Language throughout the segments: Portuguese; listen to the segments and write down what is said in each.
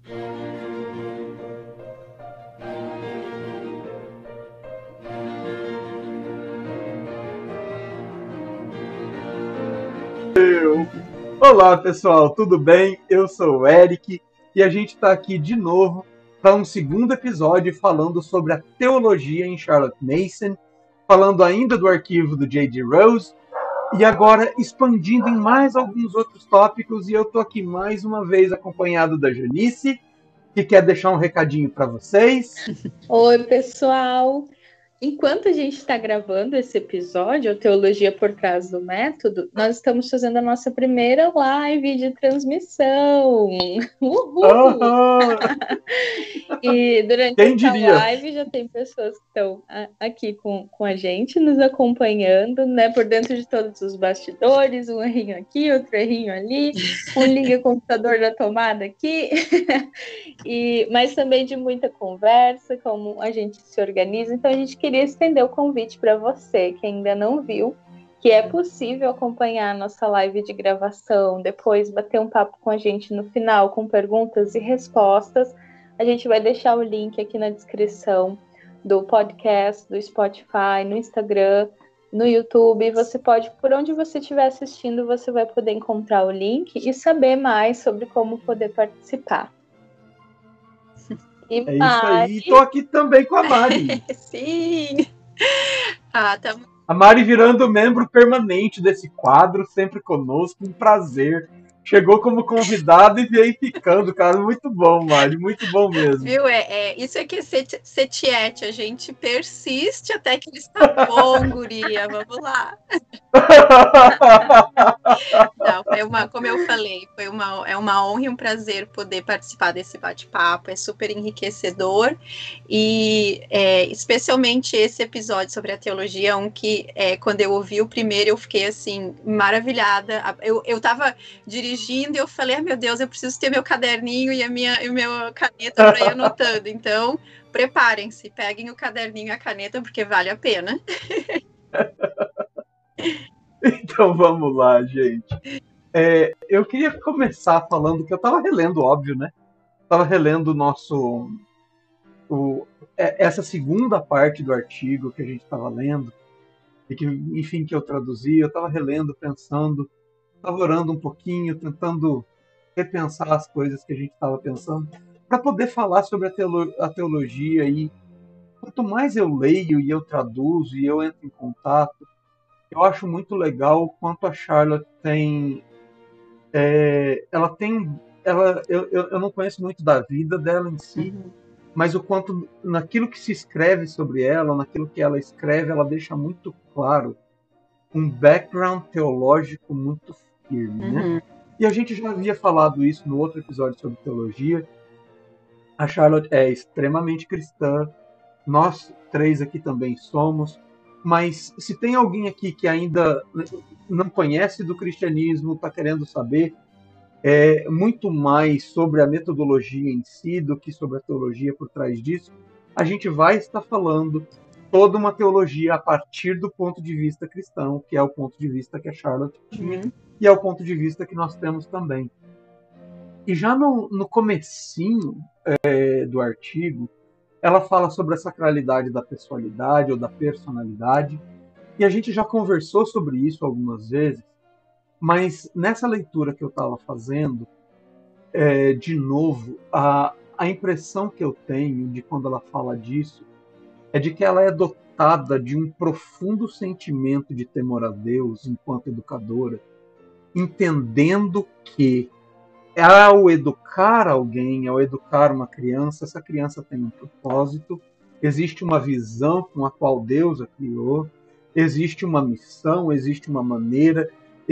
Olá pessoal, tudo bem? Eu sou o Eric e a gente está aqui de novo para um segundo episódio falando sobre a teologia em Charlotte Mason, falando ainda do arquivo do J.D. Rose e agora expandindo em mais alguns outros tópicos. E eu estou aqui mais uma vez acompanhado da Janice, que quer deixar um recadinho para vocês. Oi pessoal! Enquanto a gente está gravando esse episódio, a Teologia por Trás do Método, nós estamos fazendo a nossa primeira live de transmissão. Uhul! E durante essa live já tem pessoas que estão aqui com a gente, nos acompanhando, né, por dentro de todos os bastidores, um errinho aqui, outro errinho ali, um liga computador da tomada aqui, mas também de muita conversa, como a gente se organiza. Então a gente queria estender o convite para você que ainda não viu, que é possível acompanhar a nossa live de gravação, depois bater um papo com a gente no final, com perguntas e respostas. A gente vai deixar o link aqui na descrição do podcast, do Spotify, no Instagram, no YouTube. Você pode, por onde você estiver assistindo, você vai poder encontrar o link e saber mais sobre como poder participar. E isso aí. Estou aqui também com a Mari. Sim! A Mari virando membro permanente desse quadro, sempre conosco, um prazer. Chegou como convidado e veio ficando, cara. Muito bom, Mari, muito bom mesmo. Viu? Isso é que é ser tiete. A gente persiste até que ele está bom, guria. Vamos lá. Não, como eu falei, é uma honra e um prazer poder participar desse bate-papo. É super enriquecedor. E especialmente esse episódio sobre a teologia, quando eu ouvi o primeiro, eu fiquei assim, maravilhada. Eu estava dirigindo e eu falei, meu Deus, eu preciso ter meu caderninho e a minha caneta para ir anotando. Então, preparem-se, peguem o caderninho e a caneta, porque vale a pena. Então vamos lá, gente. Eu queria começar falando que eu estava relendo, óbvio, né? Estava relendo essa segunda parte do artigo que a gente estava lendo e que, enfim, que eu traduzi. Eu estava relendo, pensando, estava orando um pouquinho, tentando repensar as coisas que a gente estava pensando para poder falar sobre a teologia. E quanto mais eu leio e eu traduzo e eu entro em contato, eu acho muito legal o quanto a Charlotte tem. Eu não conheço muito da vida dela em si, mas o quanto naquilo que se escreve sobre ela, naquilo que ela escreve, ela deixa muito claro um background teológico muito firme, né? E a gente já havia falado isso no outro episódio sobre teologia. A Charlotte é extremamente cristã, nós três aqui também somos, mas se tem alguém aqui que ainda não conhece do cristianismo, está querendo saber muito mais sobre a metodologia em si do que sobre a teologia por trás disso, a gente vai estar falando toda uma teologia a partir do ponto de vista cristão, que é o ponto de vista que a Charlotte tinha, e é o ponto de vista que nós temos também. E já no comecinho do artigo, ela fala sobre a sacralidade da pessoalidade ou da personalidade, e a gente já conversou sobre isso algumas vezes, mas nessa leitura que eu estava fazendo, de novo, a impressão que eu tenho de quando ela fala disso é de que ela é dotada de um profundo sentimento de temor a Deus enquanto educadora, entendendo que ao educar alguém, ao educar uma criança, essa criança tem um propósito, existe uma visão com a qual Deus a criou, existe uma missão, existe uma maneira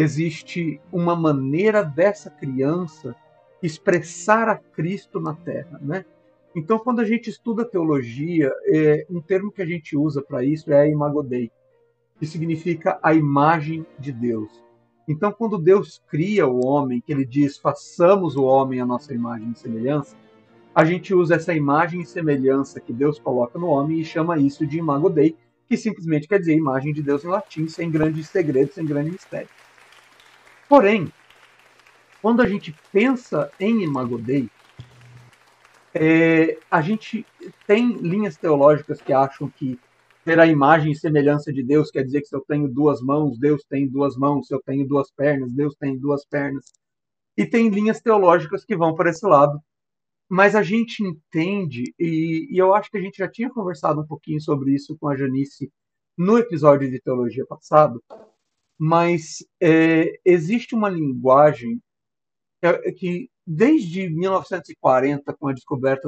dessa criança expressar a Cristo na Terra, né? Então, quando a gente estuda teologia, um termo que a gente usa para isso é a imago Dei, que significa a imagem de Deus. Então, quando Deus cria o homem, que ele diz, façamos o homem à nossa imagem e semelhança, a gente usa essa imagem e semelhança que Deus coloca no homem e chama isso de imago Dei, que simplesmente quer dizer imagem de Deus em latim, sem grandes segredos, sem grande mistério. Porém, quando a gente pensa em imago Dei, A gente tem linhas teológicas que acham que ter a imagem e semelhança de Deus quer dizer que se eu tenho duas mãos, Deus tem duas mãos, se eu tenho duas pernas, Deus tem duas pernas. E tem linhas teológicas que vão para esse lado. Mas a gente entende, e eu acho que a gente já tinha conversado um pouquinho sobre isso com a Janice no episódio de teologia passado, mas existe uma linguagem que desde 1940, com a descoberta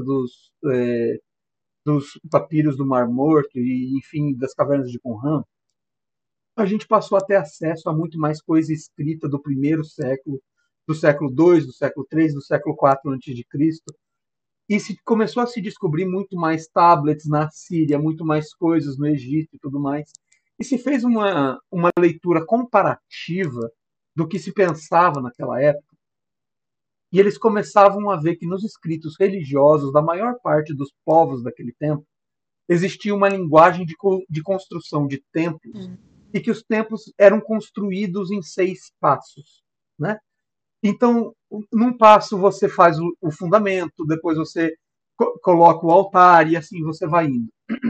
dos papiros do Mar Morto e, enfim, das cavernas de Qumran, a gente passou a ter acesso a muito mais coisa escrita do primeiro século, do século II, do século III, do século IV antes de Cristo, e começou a se descobrir muito mais tablets na Síria, muito mais coisas no Egito e tudo mais. E se fez uma leitura comparativa do que se pensava naquela época. E eles começavam a ver que nos escritos religiosos da maior parte dos povos daquele tempo existia uma linguagem de construção de templos e que os templos eram construídos em 6 passos, né? Então, num passo você faz o fundamento, depois você coloca o altar e assim você vai indo.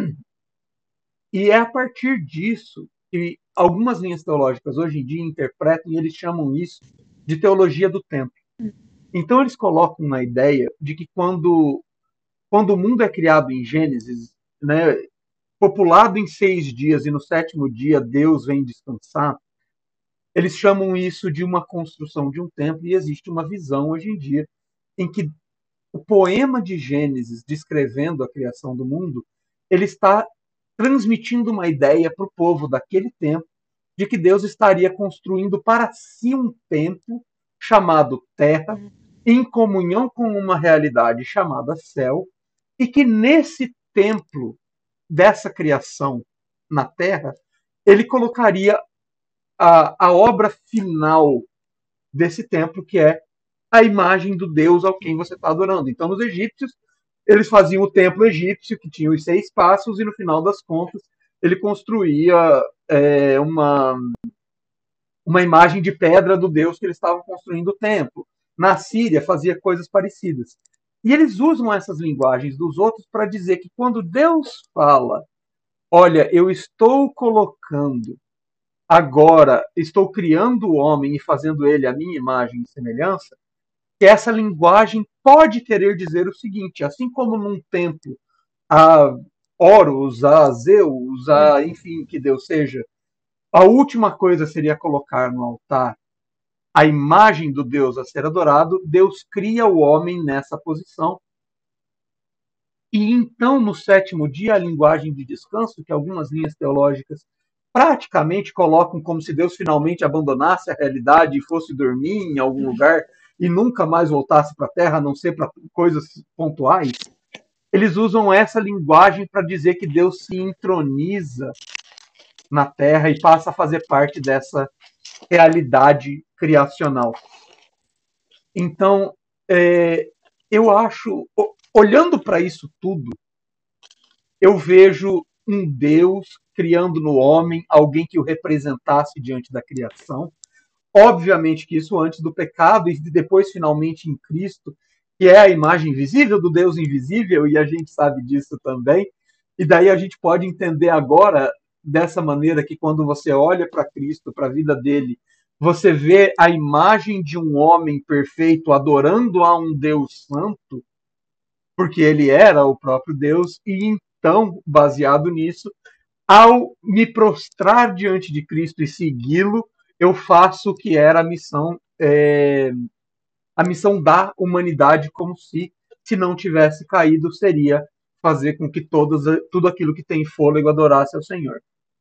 E é a partir disso que algumas linhas teológicas hoje em dia interpretam e eles chamam isso de teologia do templo. Então eles colocam na ideia de que quando o mundo é criado em Gênesis, né, populado em 6 dias e no 7º dia Deus vem descansar, eles chamam isso de uma construção de um templo e existe uma visão hoje em dia em que o poema de Gênesis descrevendo a criação do mundo, ele está transmitindo uma ideia para o povo daquele tempo de que Deus estaria construindo para si um templo chamado Terra, em comunhão com uma realidade chamada céu, e que nesse templo dessa criação na Terra, ele colocaria a obra final desse templo, que é a imagem do Deus ao quem você está adorando. Então, nos egípcios, eles faziam o templo egípcio, que tinha os 6 passos, e no final das contas, ele construía uma imagem de pedra do Deus que eles estavam construindo o templo. Na Síria, fazia coisas parecidas. E eles usam essas linguagens dos outros para dizer que quando Deus fala, olha, eu estou colocando agora, estou criando o homem e fazendo ele a minha imagem e semelhança, que essa linguagem pode querer dizer o seguinte, assim como num templo a Horus, a Zeus, enfim, que Deus seja, a última coisa seria colocar no altar a imagem do Deus a ser adorado, Deus cria o homem nessa posição. E então, no 7º dia, a linguagem de descanso, que algumas linhas teológicas praticamente colocam como se Deus finalmente abandonasse a realidade e fosse dormir em algum lugar e nunca mais voltasse para a Terra, a não ser para coisas pontuais, eles usam essa linguagem para dizer que Deus se entroniza na Terra e passa a fazer parte dessa realidade criacional. Então, eu acho, olhando para isso tudo, eu vejo um Deus criando no homem alguém que o representasse diante da criação. Obviamente que isso antes do pecado e depois finalmente em Cristo, que é a imagem visível do Deus invisível, e a gente sabe disso também. E daí a gente pode entender agora dessa maneira que quando você olha para Cristo, para a vida dele, você vê a imagem de um homem perfeito adorando a um Deus santo, porque ele era o próprio Deus, e então, baseado nisso, ao me prostrar diante de Cristo e segui-lo, eu faço o que era a missão da humanidade, como se não tivesse caído, seria fazer com que tudo aquilo que tem fôlego adorasse ao Senhor.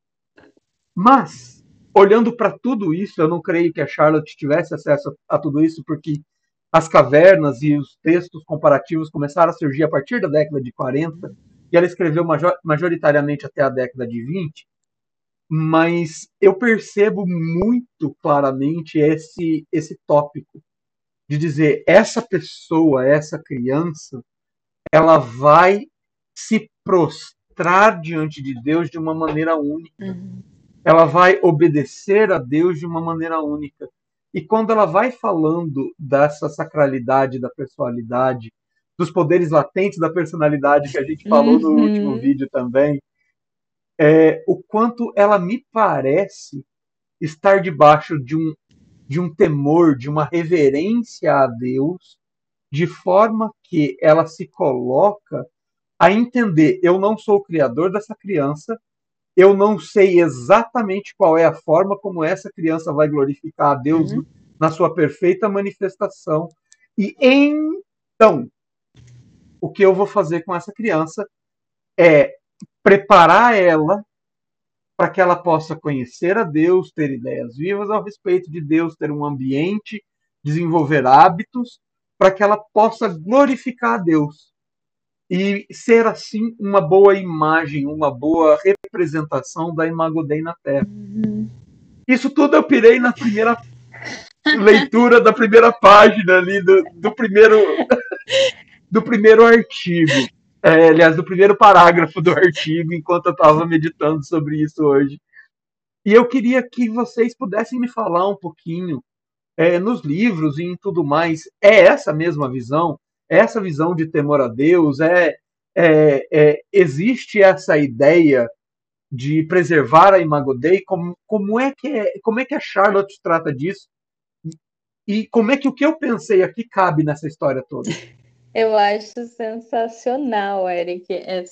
Mas, olhando para tudo isso, eu não creio que a Charlotte tivesse acesso a tudo isso, porque as cavernas e os textos comparativos começaram a surgir a partir da década de 40, e ela escreveu majoritariamente até a década de 20, mas eu percebo muito claramente esse tópico de dizer, essa pessoa, essa criança, ela vai se prostrar diante de Deus de uma maneira única. Ela vai obedecer a Deus de uma maneira única. E quando ela vai falando dessa sacralidade da pessoalidade, dos poderes latentes da personalidade que a gente falou no último vídeo também, o quanto ela me parece estar debaixo de um temor, de uma reverência a Deus, de forma que ela se coloca a entender: eu não sou o criador dessa criança, eu não sei exatamente qual é a forma como essa criança vai glorificar a Deus na sua perfeita manifestação. E então, o que eu vou fazer com essa criança é preparar ela para que ela possa conhecer a Deus, ter ideias vivas ao respeito de Deus, ter um ambiente, desenvolver hábitos, para que ela possa glorificar a Deus. E ser, assim, uma boa imagem, uma boa representação da Imago Dei na Terra. Isso tudo eu pirei na primeira leitura da primeira página ali, do primeiro artigo. Aliás, do primeiro parágrafo do artigo, enquanto eu estava meditando sobre isso hoje. E eu queria que vocês pudessem me falar um pouquinho, nos livros e em tudo mais, essa mesma visão? Essa visão de temor a Deus? Existe essa ideia de preservar a Imago Dei? Como é que a Charlotte trata disso? E como é que o que eu pensei aqui cabe nessa história toda? Eu acho sensacional, Eric,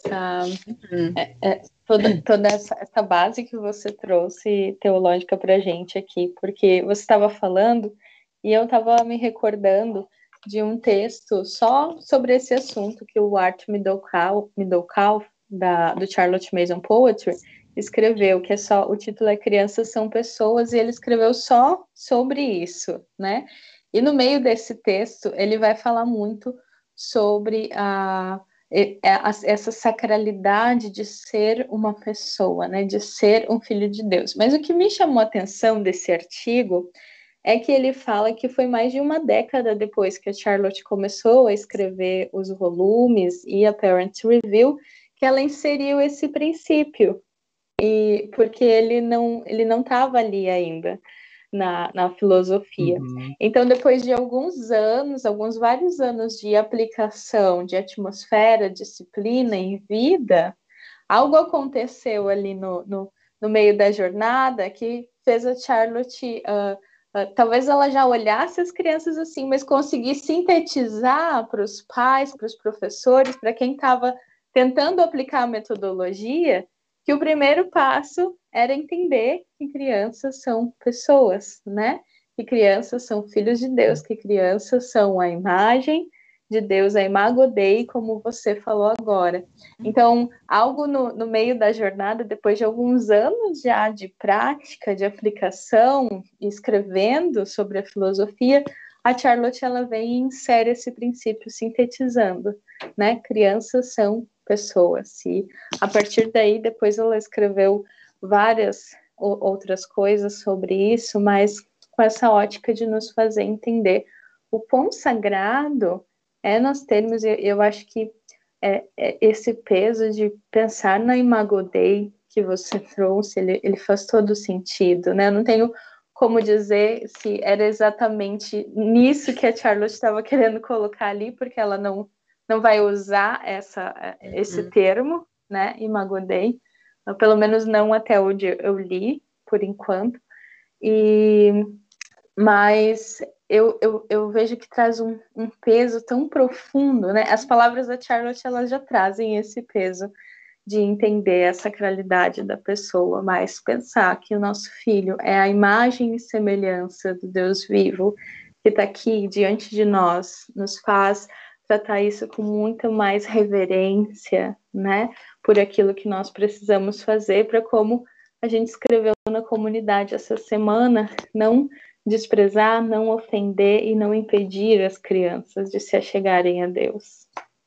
toda essa base que você trouxe teológica para a gente aqui, porque você estava falando e eu estava me recordando de um texto só sobre esse assunto que o Art Middlecalf do Charlotte Mason Poetry, escreveu, que o título é Crianças são Pessoas, e ele escreveu só sobre isso, né? E no meio desse texto, ele vai falar muito sobre essa sacralidade de ser uma pessoa, né? De ser um filho de Deus. Mas o que me chamou a atenção desse artigo é que ele fala que foi mais de uma década depois que a Charlotte começou a escrever os volumes e a Parent Review que ela inseriu esse princípio, porque ele não estava ali ainda na filosofia. Então, depois de vários anos de aplicação de atmosfera, disciplina e vida, algo aconteceu ali no meio da jornada que fez a Charlotte, talvez ela já olhasse as crianças assim, mas conseguir sintetizar para os pais, para os professores, para quem estava tentando aplicar a metodologia, que o primeiro passo era entender que crianças são pessoas, né? Que crianças são filhos de Deus, que crianças são a imagem de Deus, a Imago Dei, como você falou agora. Então, algo no meio da jornada, depois de alguns anos já de prática, de aplicação, escrevendo sobre a filosofia, a Charlotte ela vem e insere esse princípio sintetizando, né? Crianças são pessoas. E a partir daí, depois ela escreveu várias outras coisas sobre isso, mas com essa ótica de nos fazer entender o quão sagrado nós termos, eu acho que esse peso de pensar na Imago Dei que você trouxe, ele faz todo sentido, né? Eu não tenho como dizer se era exatamente nisso que a Charlotte estava querendo colocar ali, porque ela não vai usar esse termo, né, Imago Dei, pelo menos não até onde eu li, por enquanto, mas eu vejo que traz um peso tão profundo, né? As palavras da Charlotte, elas já trazem esse peso de entender a sacralidade da pessoa, mas pensar que o nosso filho é a imagem e semelhança do Deus vivo, que está aqui diante de nós, nos faz tratar isso com muita mais reverência, né? Por aquilo que nós precisamos fazer, para como a gente escreveu na comunidade essa semana, não desprezar, não ofender e não impedir as crianças de se achegarem a Deus.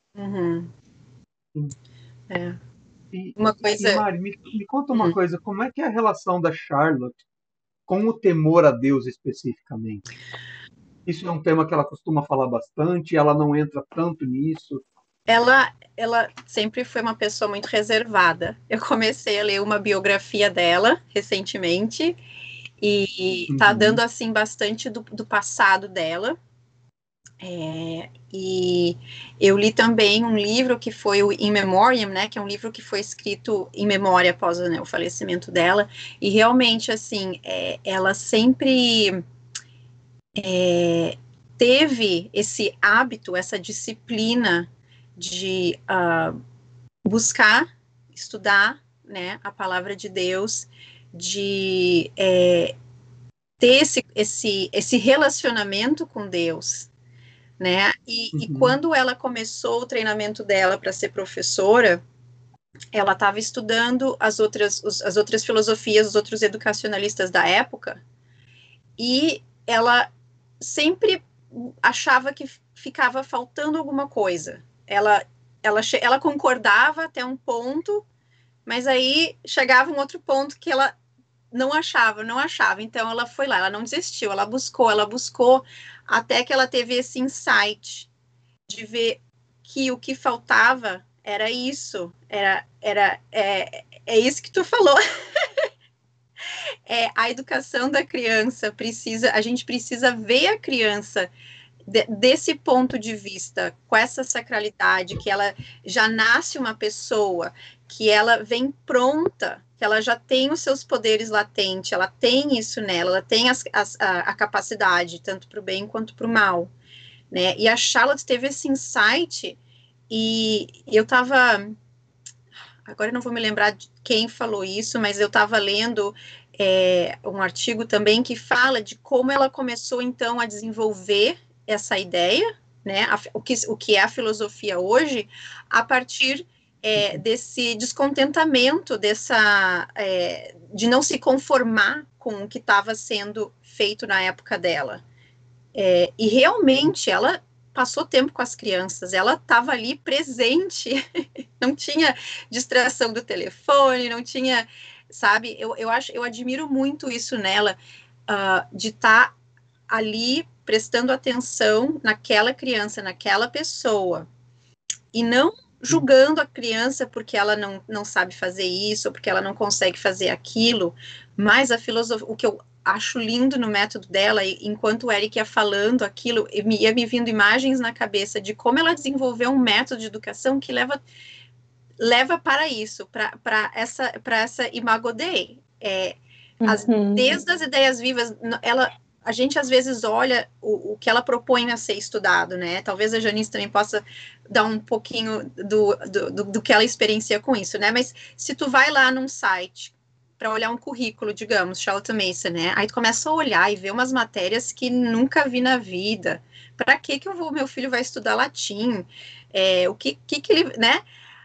Uma coisa... E Mari, me conta uma coisa, como é que é a relação da Charlotte com o temor a Deus especificamente? Isso é um tema que ela costuma falar bastante, ela não entra tanto nisso. Ela sempre foi uma pessoa muito reservada. Eu comecei a ler uma biografia dela recentemente e tá dando assim bastante do passado dela. E eu li também um livro que foi o In Memoriam, né, que é um livro que foi escrito em memória após, né, o falecimento dela, e realmente, assim, ela sempre teve esse hábito, essa disciplina de buscar, estudar, né, a palavra de Deus, de ter esse relacionamento com Deus, né? E quando ela começou o treinamento dela para ser professora, ela estava estudando as outras filosofias, os outros educacionalistas da época, e ela sempre achava que ficava faltando alguma coisa. Ela concordava até um ponto, mas aí chegava um outro ponto que ela não achava. Então ela foi lá, ela não desistiu, ela buscou, até que ela teve esse insight de ver que o que faltava era isso, é isso que tu falou. A educação da criança a gente precisa ver a criança desse ponto de vista, com essa sacralidade, que ela já nasce uma pessoa, que ela vem pronta, que ela já tem os seus poderes latentes, ela tem isso nela, ela tem a capacidade, tanto para o bem quanto para o mal, né? E a Charlotte teve esse insight, e eu estava... Agora eu não vou me lembrar de quem falou isso, mas eu estava lendo um artigo também que fala de como ela começou, então, a desenvolver essa ideia, né, o que é a filosofia hoje, a partir desse descontentamento, de não se conformar com o que estava sendo feito na época dela. E realmente ela passou tempo com as crianças, ela estava ali presente, não tinha distração do telefone, não tinha, sabe, eu admiro muito isso nela, de estar ali prestando atenção naquela criança, naquela pessoa, e não julgando a criança porque ela não sabe fazer isso, ou porque ela não consegue fazer aquilo, mas a filosofia, o que eu acho lindo no método dela, e enquanto o Eric ia falando aquilo, ia me vindo imagens na cabeça de como ela desenvolveu um método de educação que leva para isso, para essa Imago Dei. Desde as ideias vivas, a gente às vezes olha o que ela propõe a ser estudado, né? Talvez a Janice também possa dar um pouquinho do que ela experiencia com isso, né? Mas se tu vai lá num site para olhar um currículo, digamos, Charlotte Mason, né? Aí tu começa a olhar e ver umas matérias que nunca vi na vida. Para que meu filho vai estudar latim? O que ele, né?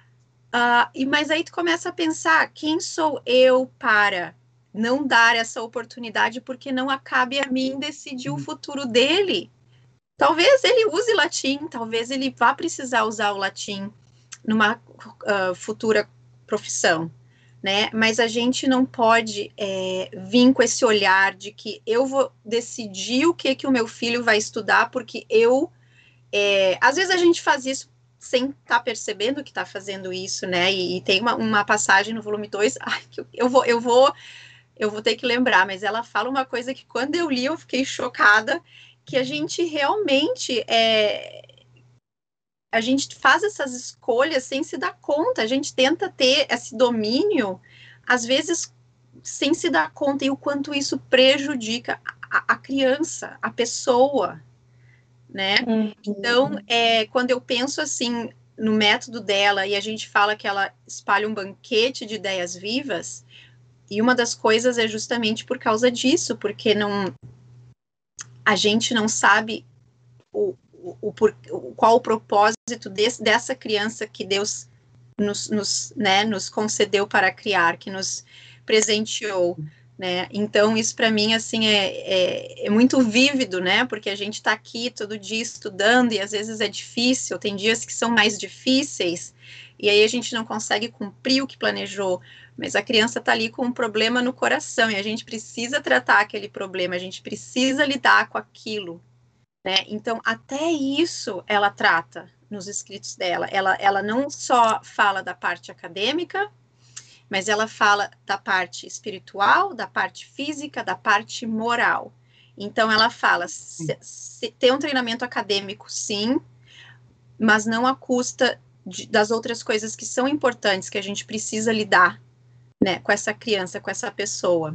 Mas aí tu começa a pensar, quem sou eu para não dar essa oportunidade, porque não acabe a mim decidir o futuro dele? Talvez ele use latim, talvez ele vá precisar usar o latim numa futura profissão, né? Mas a gente não pode vir com esse olhar de que eu vou decidir o que o meu filho vai estudar, porque às vezes a gente faz isso sem estar percebendo que está fazendo isso, né? E tem uma passagem no volume 2, que eu vou ter que lembrar, mas ela fala uma coisa que quando eu li eu fiquei chocada, que a gente realmente a gente faz essas escolhas sem se dar conta, a gente tenta ter esse domínio, às vezes sem se dar conta, e o quanto isso prejudica a criança, a pessoa, né? Então, quando eu penso assim no método dela, e a gente fala que ela espalha um banquete de ideias vivas, e uma das coisas é justamente por causa disso, porque a gente não sabe qual o propósito dessa criança que Deus nos concedeu para criar, que nos presenteou, né? Então, isso para mim, assim, é muito vívido, né? Porque a gente está aqui todo dia estudando e às vezes é difícil, tem dias que são mais difíceis, e aí a gente não consegue cumprir o que planejou, mas a criança está ali com um problema no coração, e a gente precisa tratar aquele problema, a gente precisa lidar com aquilo, né? Então, até isso ela trata nos escritos dela. Ela não só fala da parte acadêmica, mas ela fala da parte espiritual, da parte física, da parte moral. Então ela fala, ter um treinamento acadêmico, sim, mas não à custa das outras coisas que são importantes, que a gente precisa lidar, né, com essa criança, com essa pessoa.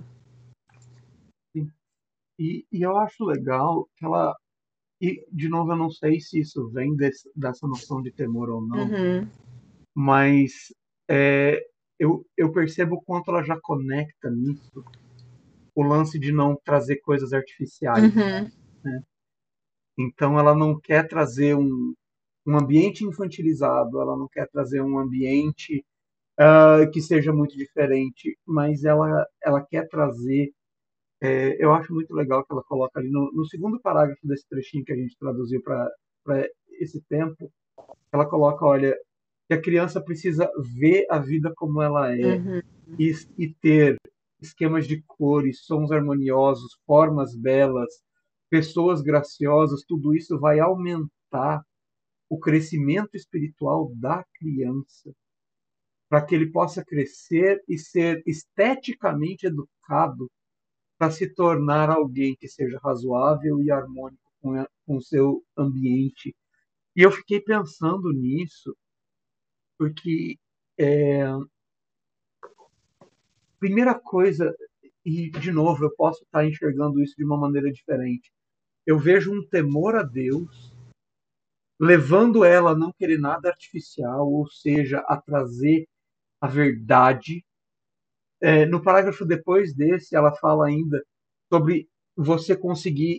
E eu acho legal que ela... E, de novo, eu não sei se isso vem dessa noção de temor ou não, mas eu percebo o quanto ela já conecta nisso o lance de não trazer coisas artificiais. Né? Então, ela não quer trazer um ambiente infantilizado, ela não quer trazer um ambiente que seja muito diferente, mas ela quer trazer... eu acho muito legal que ela coloca ali no segundo parágrafo desse trechinho que a gente traduziu para esse tempo, ela coloca, olha, que a criança precisa ver a vida como ela é e ter esquemas de cores, sons harmoniosos, formas belas, pessoas graciosas, tudo isso vai aumentar o crescimento espiritual da criança, para que ele possa crescer e ser esteticamente educado para se tornar alguém que seja razoável e harmônico com o seu ambiente. E eu fiquei pensando nisso, porque primeira coisa, e de novo, eu posso estar enxergando isso de uma maneira diferente. Eu vejo um temor a Deus, levando ela a não querer nada artificial, ou seja, a trazer a verdade. No parágrafo depois desse, ela fala ainda sobre você conseguir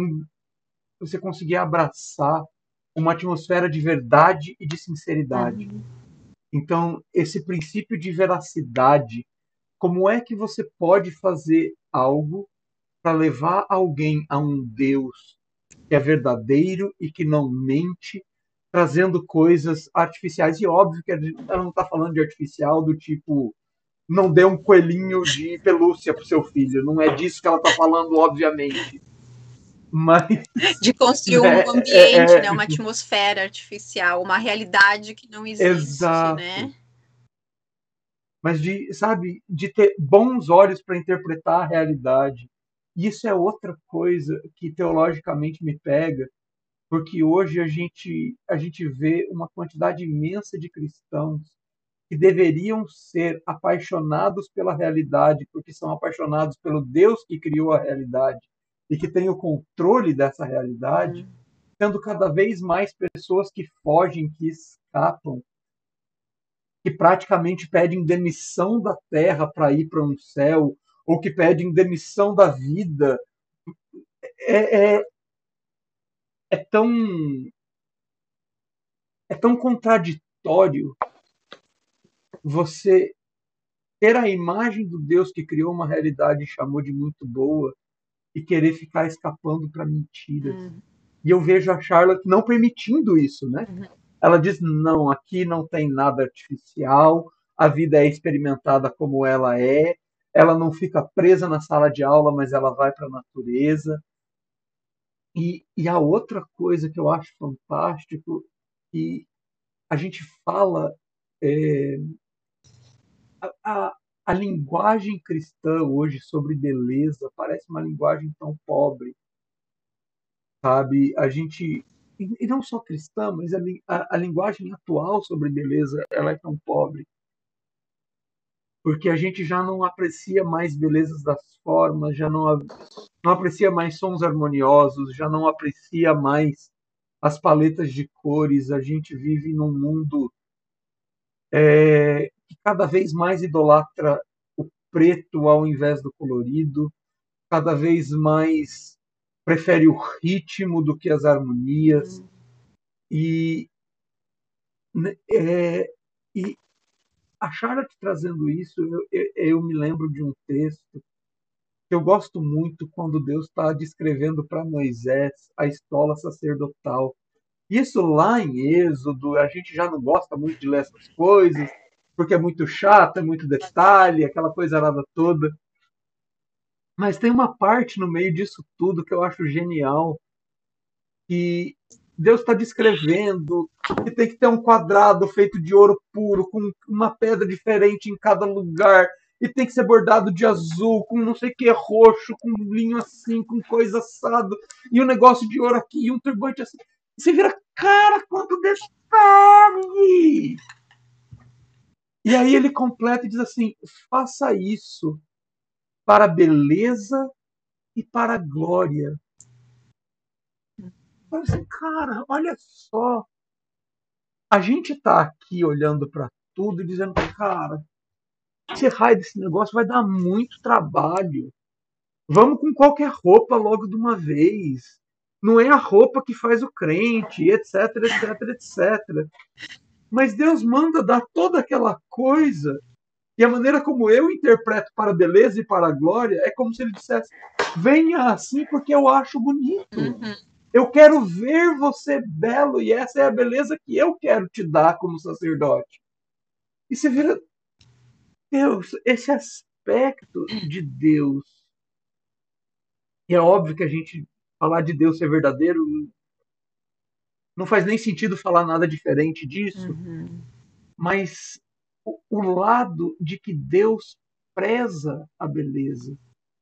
abraçar uma atmosfera de verdade e de sinceridade. Então, esse princípio de veracidade, como é que você pode fazer algo para levar alguém a um Deus que é verdadeiro e que não mente, trazendo coisas artificiais? E óbvio que ela não está falando de artificial do tipo, não dê um coelhinho de pelúcia para o seu filho. Não é disso que ela está falando, obviamente. Mas, de construir um ambiente, né, uma atmosfera artificial, uma realidade que não existe, exato. né? Mas de ter bons olhos para interpretar a realidade. Isso é outra coisa que teologicamente me pega, porque hoje a gente vê uma quantidade imensa de cristãos que deveriam ser apaixonados pela realidade, porque são apaixonados pelo Deus que criou a realidade e que tem o controle dessa realidade, sendo cada vez mais pessoas que fogem, que escapam, que praticamente pedem demissão da terra para ir para um céu, ou que pedem demissão da vida. É tão contraditório você ter a imagem do Deus que criou uma realidade e chamou de muito boa e querer ficar escapando para mentiras. E eu vejo a Charlotte não permitindo isso, né? Ela diz, não, aqui não tem nada artificial, a vida é experimentada como ela não fica presa na sala de aula, mas ela vai para a natureza. E a outra coisa que eu acho fantástico, e a gente fala, a linguagem cristã hoje sobre beleza parece uma linguagem tão pobre, sabe? A gente, e não só cristã, mas a linguagem atual sobre beleza, ela é tão pobre, porque a gente já não aprecia mais belezas das formas, já não aprecia mais sons harmoniosos, já não aprecia mais as paletas de cores. A gente vive num mundo que cada vez mais idolatra o preto ao invés do colorido, cada vez mais prefere o ritmo do que as harmonias. E, e a Charlotte trazendo isso, eu me lembro de um texto que eu gosto muito quando Deus está descrevendo para Moisés a escola sacerdotal. Isso lá em Êxodo, a gente já não gosta muito de ler essas coisas, porque é muito chato, é muito detalhe, aquela coisa arada toda. Mas tem uma parte no meio disso tudo que eu acho genial, que Deus está descrevendo que tem que ter um quadrado feito de ouro puro, com uma pedra diferente em cada lugar, e tem que ser bordado de azul, com não sei o que roxo, com linho assim, com coisa assado, e um negócio de ouro aqui, e um turbante assim. E você vira, cara, quanto detalhe! E aí ele completa e diz assim: faça isso para a beleza e para a glória. Eu assim, cara, olha só. A gente tá aqui olhando para tudo e dizendo, cara, esse raio desse negócio vai dar muito trabalho. Vamos com qualquer roupa logo de uma vez. Não é a roupa que faz o crente, etc, etc, etc. Mas Deus manda dar toda aquela coisa. E a maneira como eu interpreto para a beleza e para a glória é como se ele dissesse: venha assim porque eu acho bonito. Eu quero ver você belo e essa é a beleza que eu quero te dar como sacerdote. E você vira, Deus, esse aspecto de Deus. E é óbvio que a gente falar de Deus ser verdadeiro não faz nem sentido falar nada diferente disso. Mas o lado de que Deus preza a beleza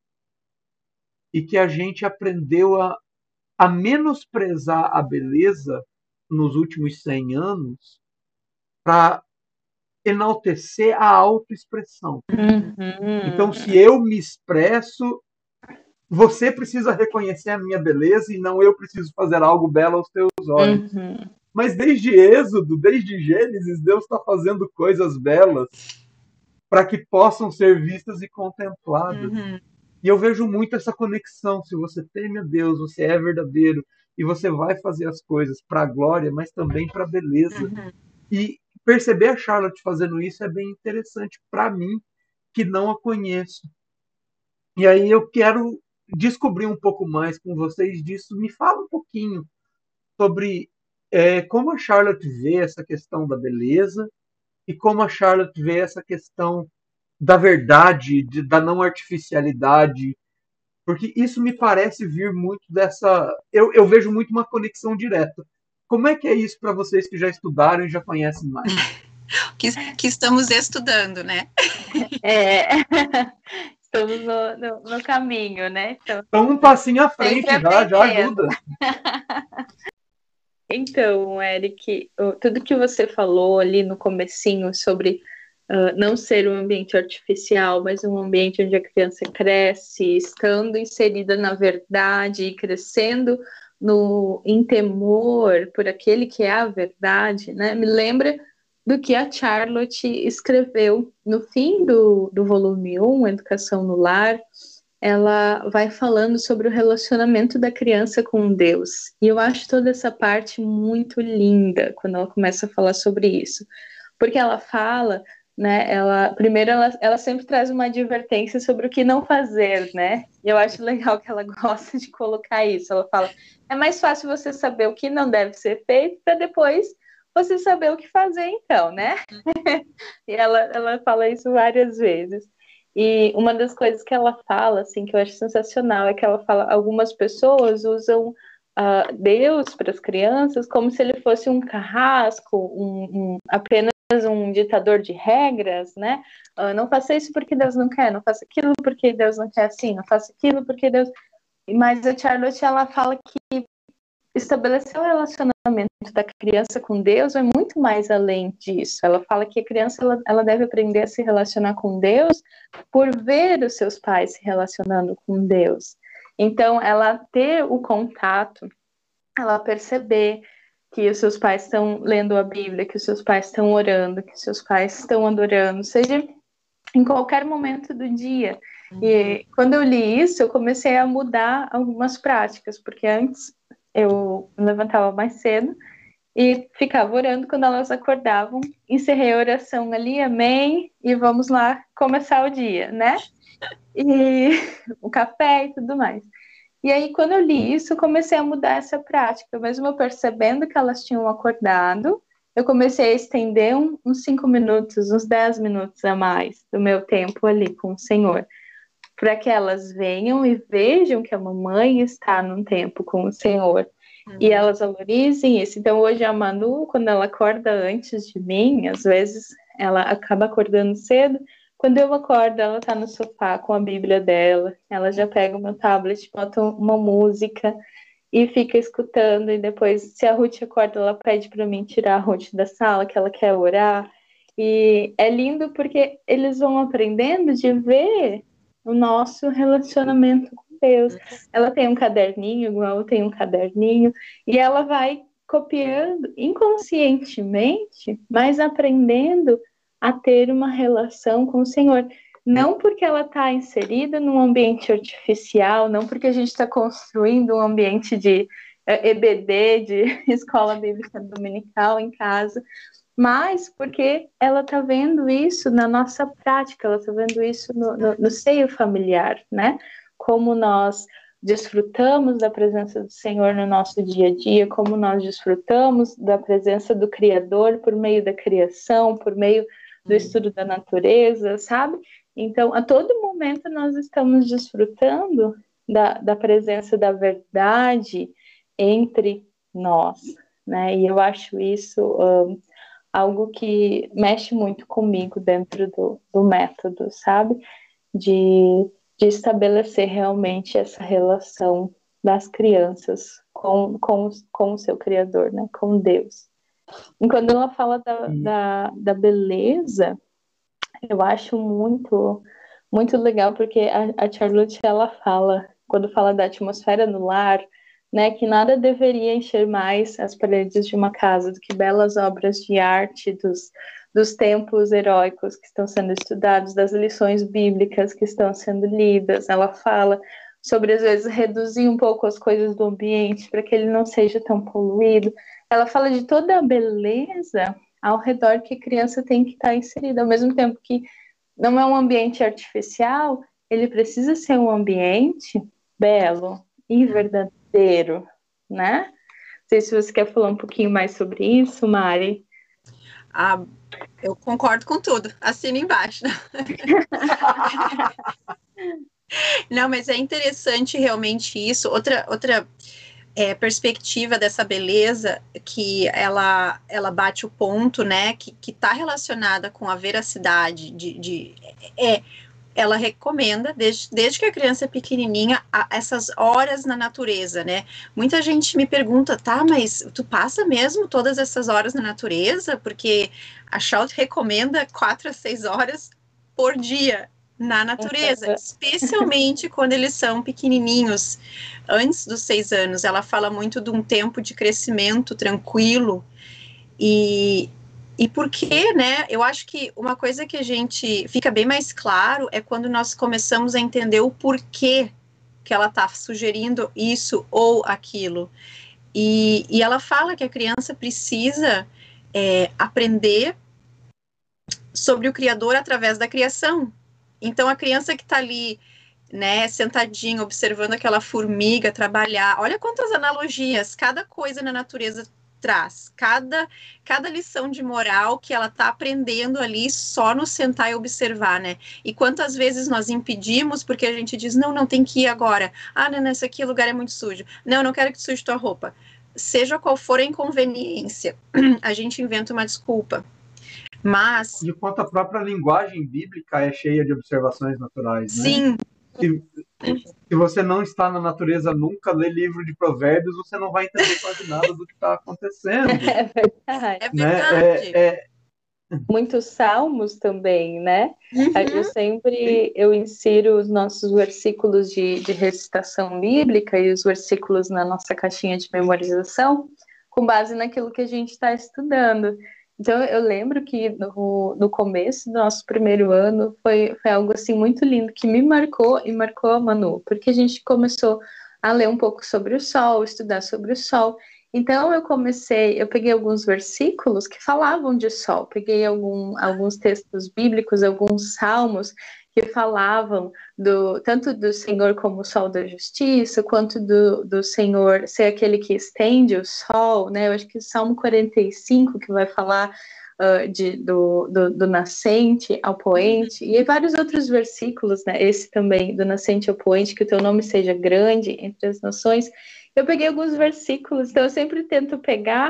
e que a gente aprendeu a menosprezar a beleza nos últimos 100 anos para enaltecer a autoexpressão. Então, se eu me expresso, você precisa reconhecer a minha beleza e não eu preciso fazer algo belo aos teus olhos. Mas desde Êxodo, desde Gênesis, Deus está fazendo coisas belas para que possam ser vistas e contempladas. E eu vejo muito essa conexão. Se você teme a Deus, você é verdadeiro e você vai fazer as coisas para a glória, mas também para a beleza. E perceber a Charlotte fazendo isso é bem interessante para mim, que não a conheço. E aí eu quero descobrir um pouco mais com vocês disso. Me fala um pouquinho sobre como a Charlotte vê essa questão da beleza e como a Charlotte vê essa questão da verdade, da não artificialidade, porque isso me parece vir muito dessa... Eu vejo muito uma conexão direta. Como é que é isso para vocês que já estudaram e já conhecem mais? Que estamos estudando, né? Estamos no caminho, né? Então um passinho à frente já ajuda. Então, Eric, tudo que você falou ali no comecinho sobre não ser um ambiente artificial, mas um ambiente onde a criança cresce, estando inserida na verdade e crescendo em temor por aquele que é a verdade, né? Me lembra do que a Charlotte escreveu no fim do volume 1, Educação no Lar. Ela vai falando sobre o relacionamento da criança com Deus. E eu acho toda essa parte muito linda quando ela começa a falar sobre isso. Porque ela fala, né, ela sempre traz uma advertência sobre o que não fazer, né? E eu acho legal que ela gosta de colocar isso. Ela fala, é mais fácil você saber o que não deve ser feito para depois você saber o que fazer então, né? E ela fala isso várias vezes. E uma das coisas que ela fala, assim, que eu acho sensacional, é que ela fala, algumas pessoas usam Deus para as crianças como se ele fosse um carrasco, apenas um ditador de regras, né? Não faça isso porque Deus não quer, não faça aquilo porque Deus não quer assim, não faça aquilo porque Deus... Mas a Charlotte, ela fala que estabelecer o relacionamento da criança com Deus vai muito mais além disso. Ela fala que a criança ela deve aprender a se relacionar com Deus por ver os seus pais se relacionando com Deus. Então, ela ter o contato, ela perceber que os seus pais estão lendo a Bíblia, que os seus pais estão orando, que os seus pais estão adorando, seja em qualquer momento do dia. E quando eu li isso, eu comecei a mudar algumas práticas, porque antes eu me levantava mais cedo e ficava orando quando elas acordavam, encerrei a oração ali, amém, e vamos lá começar o dia, né? E o café e tudo mais. E aí, quando eu li isso, eu comecei a mudar essa prática, mesmo eu percebendo que elas tinham acordado, eu comecei a estender uns 5 minutos, uns 10 minutos a mais do meu tempo ali com o Senhor, para que elas venham e vejam que a mamãe está num tempo com o Senhor. E elas valorizem isso. Então, hoje a Manu, quando ela acorda antes de mim, às vezes ela acaba acordando cedo, Quando eu acordo, ela tá no sofá com a Bíblia dela, ela já pega o meu tablet, bota uma música e fica escutando, e depois, se a Ruth acorda, ela pede para mim tirar a Ruth da sala, que ela quer orar. E é lindo porque eles vão aprendendo de ver o nosso relacionamento com Deus. Ela tem um caderninho, igual eu tenho um caderninho, e ela vai copiando inconscientemente, mas aprendendo a ter uma relação com o Senhor. Não porque ela está inserida num ambiente artificial, não porque a gente está construindo um ambiente de EBD, de Escola Bíblica Dominical em casa, mas porque ela está vendo isso na nossa prática, ela está vendo isso no seio familiar, né? Como nós desfrutamos da presença do Senhor no nosso dia a dia, como nós desfrutamos da presença do Criador por meio da criação, por meio do estudo da natureza, sabe? Então, a todo momento nós estamos desfrutando da presença da verdade entre nós, né? E eu acho isso algo que mexe muito comigo dentro do método, sabe? De estabelecer realmente essa relação das crianças com o seu Criador, né? Com Deus. E quando ela fala da beleza, eu acho muito, muito legal, porque a Charlotte, ela fala, quando fala da atmosfera no lar, né, que nada deveria encher mais as paredes de uma casa do que belas obras de arte dos tempos heróicos que estão sendo estudados, das lições bíblicas que estão sendo lidas. Ela fala sobre, às vezes, reduzir um pouco as coisas do ambiente para que ele não seja tão poluído. Ela fala de toda a beleza ao redor que a criança tem que estar inserida, ao mesmo tempo que não é um ambiente artificial, ele precisa ser um ambiente belo e verdadeiro, né? Não sei se você quer falar um pouquinho mais sobre isso, Mari. Eu concordo com tudo, assino embaixo. Não, mas é interessante realmente isso. Outra perspectiva dessa beleza, que ela bate o ponto, né, que está relacionada com a veracidade ela recomenda, desde que a criança é pequenininha, essas horas na natureza, né? Muita gente me pergunta, tá, mas tu passa mesmo todas essas horas na natureza? Porque a Shout recomenda 4 a 6 horas por dia na natureza, especialmente quando eles são pequenininhos, antes dos 6 anos. Ela fala muito de um tempo de crescimento tranquilo, e por quê, né? Eu acho que uma coisa que a gente fica bem mais claro é quando nós começamos a entender o porquê que ela está sugerindo isso ou aquilo. E ela fala que a criança precisa aprender sobre o Criador através da criação. Então, a criança que está ali, né, sentadinha, observando aquela formiga trabalhar, olha quantas analogias, cada coisa na natureza traz, cada lição de moral que ela está aprendendo ali só no sentar e observar, né? E quantas vezes nós impedimos porque a gente diz, não tem que ir agora. Não, esse aqui o lugar é muito sujo. Não quero que suje tua roupa. Seja qual for a inconveniência, a gente inventa uma desculpa. Mas... De quanto a própria linguagem bíblica é cheia de observações naturais, né? Sim. Se você não está na natureza nunca, lê livro de provérbios, você não vai entender quase nada do que está acontecendo. É verdade. É verdade. Muitos salmos também, né? Eu insiro os nossos versículos de recitação bíblica e os versículos na nossa caixinha de memorização com base naquilo que a gente está estudando. Então, eu lembro que no começo do nosso primeiro ano foi algo assim muito lindo, que me marcou e marcou a Manu, porque a gente começou a ler um pouco sobre o sol, estudar sobre o sol. Então, eu peguei alguns versículos que falavam de sol, peguei alguns textos bíblicos, alguns salmos que falavam tanto do Senhor como o sol da justiça, quanto do Senhor ser aquele que estende o sol, né? Eu acho que o Salmo 45, que vai falar do nascente ao poente, e vários outros versículos, né? Esse também, do nascente ao poente, que o teu nome seja grande entre as nações. Eu peguei alguns versículos, então eu sempre tento pegar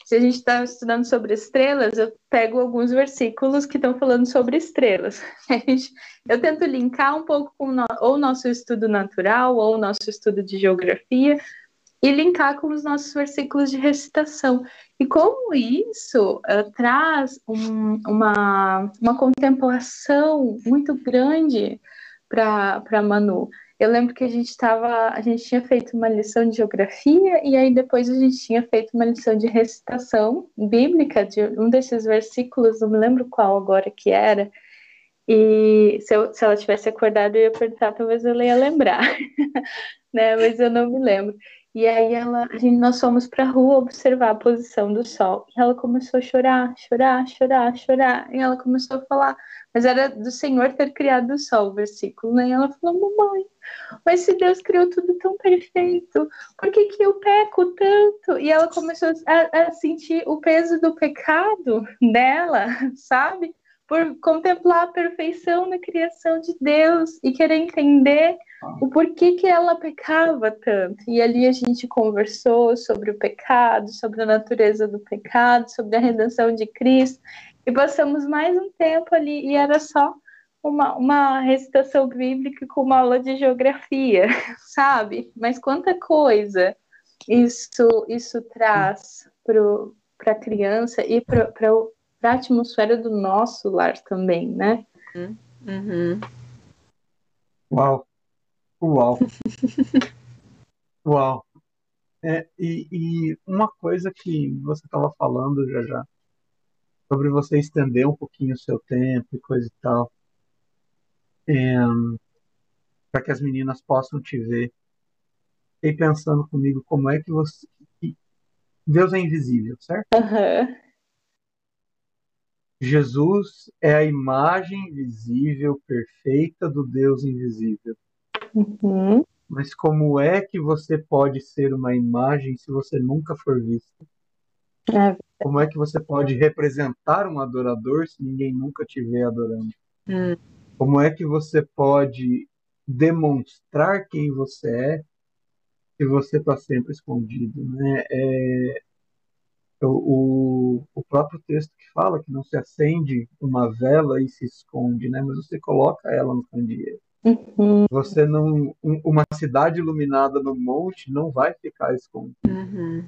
se a gente está estudando sobre estrelas, eu pego alguns versículos que estão falando sobre estrelas. Eu tento linkar um pouco com ou o nosso estudo natural, ou o nosso estudo de geografia, e linkar com os nossos versículos de recitação. E como isso traz uma contemplação muito grande para Manu. Eu lembro que a gente tinha feito uma lição de geografia e aí depois a gente tinha feito uma lição de recitação bíblica de um desses versículos, não me lembro qual agora que era. E se ela tivesse acordado, eu ia perguntar, talvez ela ia lembrar, né? Mas eu não me lembro. E aí nós fomos para a rua observar a posição do sol. E ela começou a chorar, chorar, chorar, chorar. E ela começou a falar, mas era do Senhor ter criado o sol, o versículo, né? E ela falou, mamãe, mas se Deus criou tudo tão perfeito, por que que eu peco tanto? E ela começou a sentir o peso do pecado dela, sabe? Por contemplar a perfeição da criação de Deus e querer entender o porquê que ela pecava tanto. E ali a gente conversou sobre o pecado, sobre a natureza do pecado, sobre a redenção de Cristo, e passamos mais um tempo ali, e era só uma recitação bíblica com uma aula de geografia, sabe? Mas quanta coisa isso traz para a criança e para a atmosfera do nosso lar também, né? Uhum. Uau, uau, uau. E uma coisa que você estava falando já, sobre você estender um pouquinho o seu tempo e coisa e tal, para que as meninas possam te ver. Fiquei pensando comigo como é que Deus é invisível, certo? Uhum. Jesus é a imagem visível, perfeita do Deus invisível. Uhum. Mas como é que você pode ser uma imagem se você nunca for visto? Como é que você pode representar um adorador se ninguém nunca te vê adorando? Como é que você pode demonstrar quem você é se você está sempre escondido, né? O próprio texto que fala que não se acende uma vela e se esconde, né? Mas você coloca ela no candeeiro. Uhum. Você não, uma cidade iluminada no monte não vai ficar escondida. Uhum.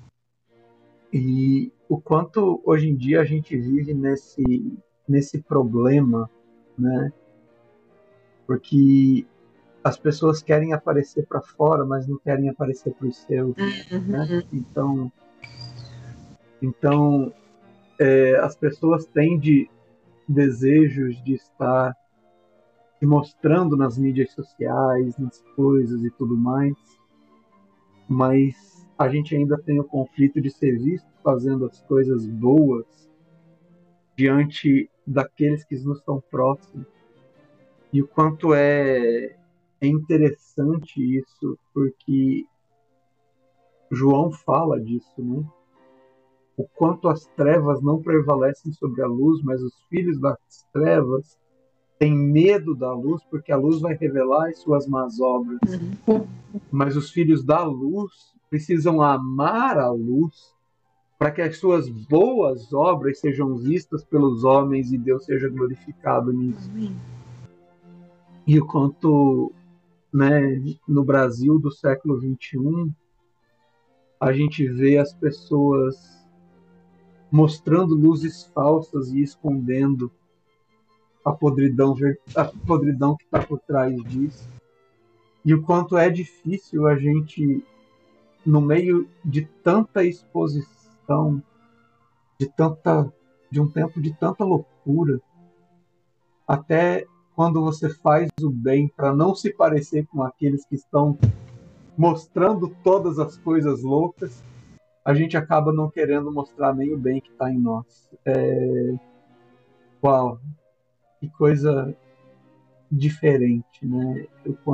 E o quanto hoje em dia a gente vive nesse problema, né? Porque as pessoas querem aparecer para fora, mas não querem aparecer para os seus, né? Então as pessoas têm desejos de estar se mostrando nas mídias sociais, nas coisas e tudo mais, mas a gente ainda tem o conflito de ser visto fazendo as coisas boas diante daqueles que nos estão próximos. E o quanto é interessante isso, porque João fala disso, né? O quanto as trevas não prevalecem sobre a luz, mas os filhos das trevas têm medo da luz, porque a luz vai revelar as suas más obras. Mas os filhos da luz precisam amar a luz para que as suas boas obras sejam vistas pelos homens e Deus seja glorificado nisso. E o quanto, né, no Brasil do século XXI, a gente vê as pessoas mostrando luzes falsas e escondendo a podridão que está por trás disso. E o quanto é difícil a gente, no meio de tanta exposição, de um tempo de tanta loucura, até quando você faz o bem para não se parecer com aqueles que estão mostrando todas as coisas loucas, a gente acaba não querendo mostrar nem o bem que está em nós. Uau, que coisa diferente, né?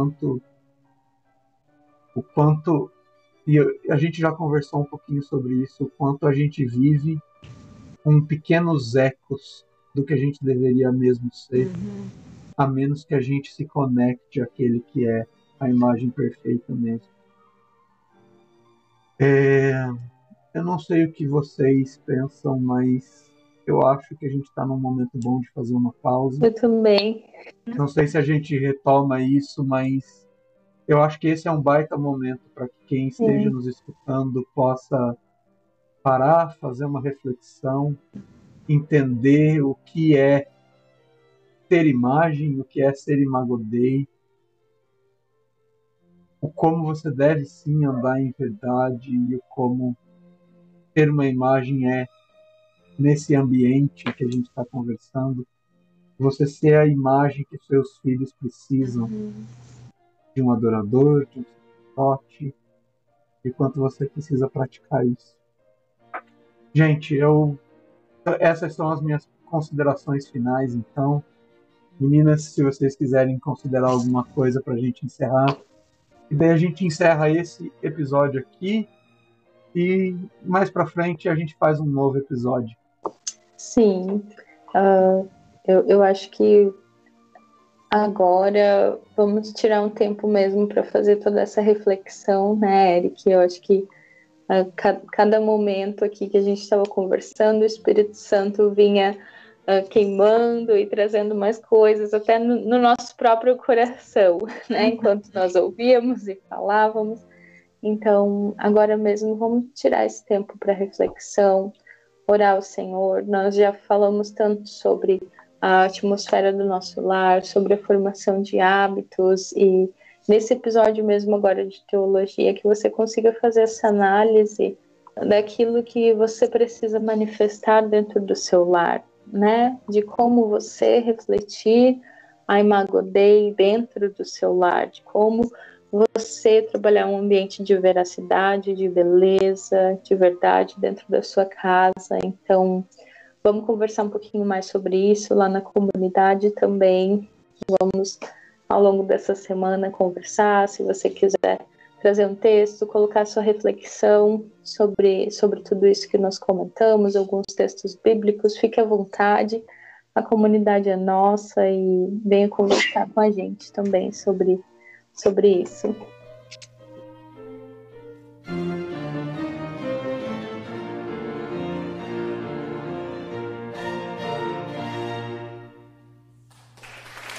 O quanto e a gente já conversou um pouquinho sobre isso, o quanto a gente vive com pequenos ecos do que a gente deveria mesmo ser, a menos que a gente se conecte àquele que é a imagem perfeita mesmo. eu não sei o que vocês pensam, mas eu acho que a gente está num momento bom de fazer uma pausa. Eu também. Não sei se a gente retoma isso, mas eu acho que esse é um baita momento para que quem esteja nos escutando possa parar, fazer uma reflexão, entender o que é ter imagem, o que é ser Imago Dei, o como você deve sim andar em verdade e o como ter uma imagem é nesse ambiente que a gente está conversando, você ser a imagem que seus filhos precisam de um adorador, de um sacerdote, e quanto você precisa praticar isso. Gente, essas são as minhas considerações finais, então, meninas, se vocês quiserem considerar alguma coisa para a gente encerrar, e daí a gente encerra esse episódio aqui e mais para frente a gente faz um novo episódio. Sim, eu acho que agora vamos tirar um tempo mesmo para fazer toda essa reflexão, né, Eric? Eu acho que cada momento aqui que a gente estava conversando, o Espírito Santo vinha queimando e trazendo mais coisas, até no nosso próprio coração, né? Enquanto nós ouvíamos e falávamos. Então, agora mesmo, vamos tirar esse tempo para reflexão, orar ao Senhor. Nós já falamos tanto sobre a atmosfera do nosso lar, sobre a formação de hábitos, e nesse episódio mesmo agora de teologia, que você consiga fazer essa análise daquilo que você precisa manifestar dentro do seu lar, né? De como você refletir a Imago Dei dentro do seu lar, de como você trabalhar um ambiente de veracidade, de beleza, de verdade dentro da sua casa. Então, vamos conversar um pouquinho mais sobre isso lá na comunidade também. Vamos, ao longo dessa semana, conversar. Se você quiser trazer um texto, colocar sua reflexão sobre tudo isso que nós comentamos, alguns textos bíblicos, fique à vontade. A comunidade é nossa e venha conversar com a gente também sobre isso.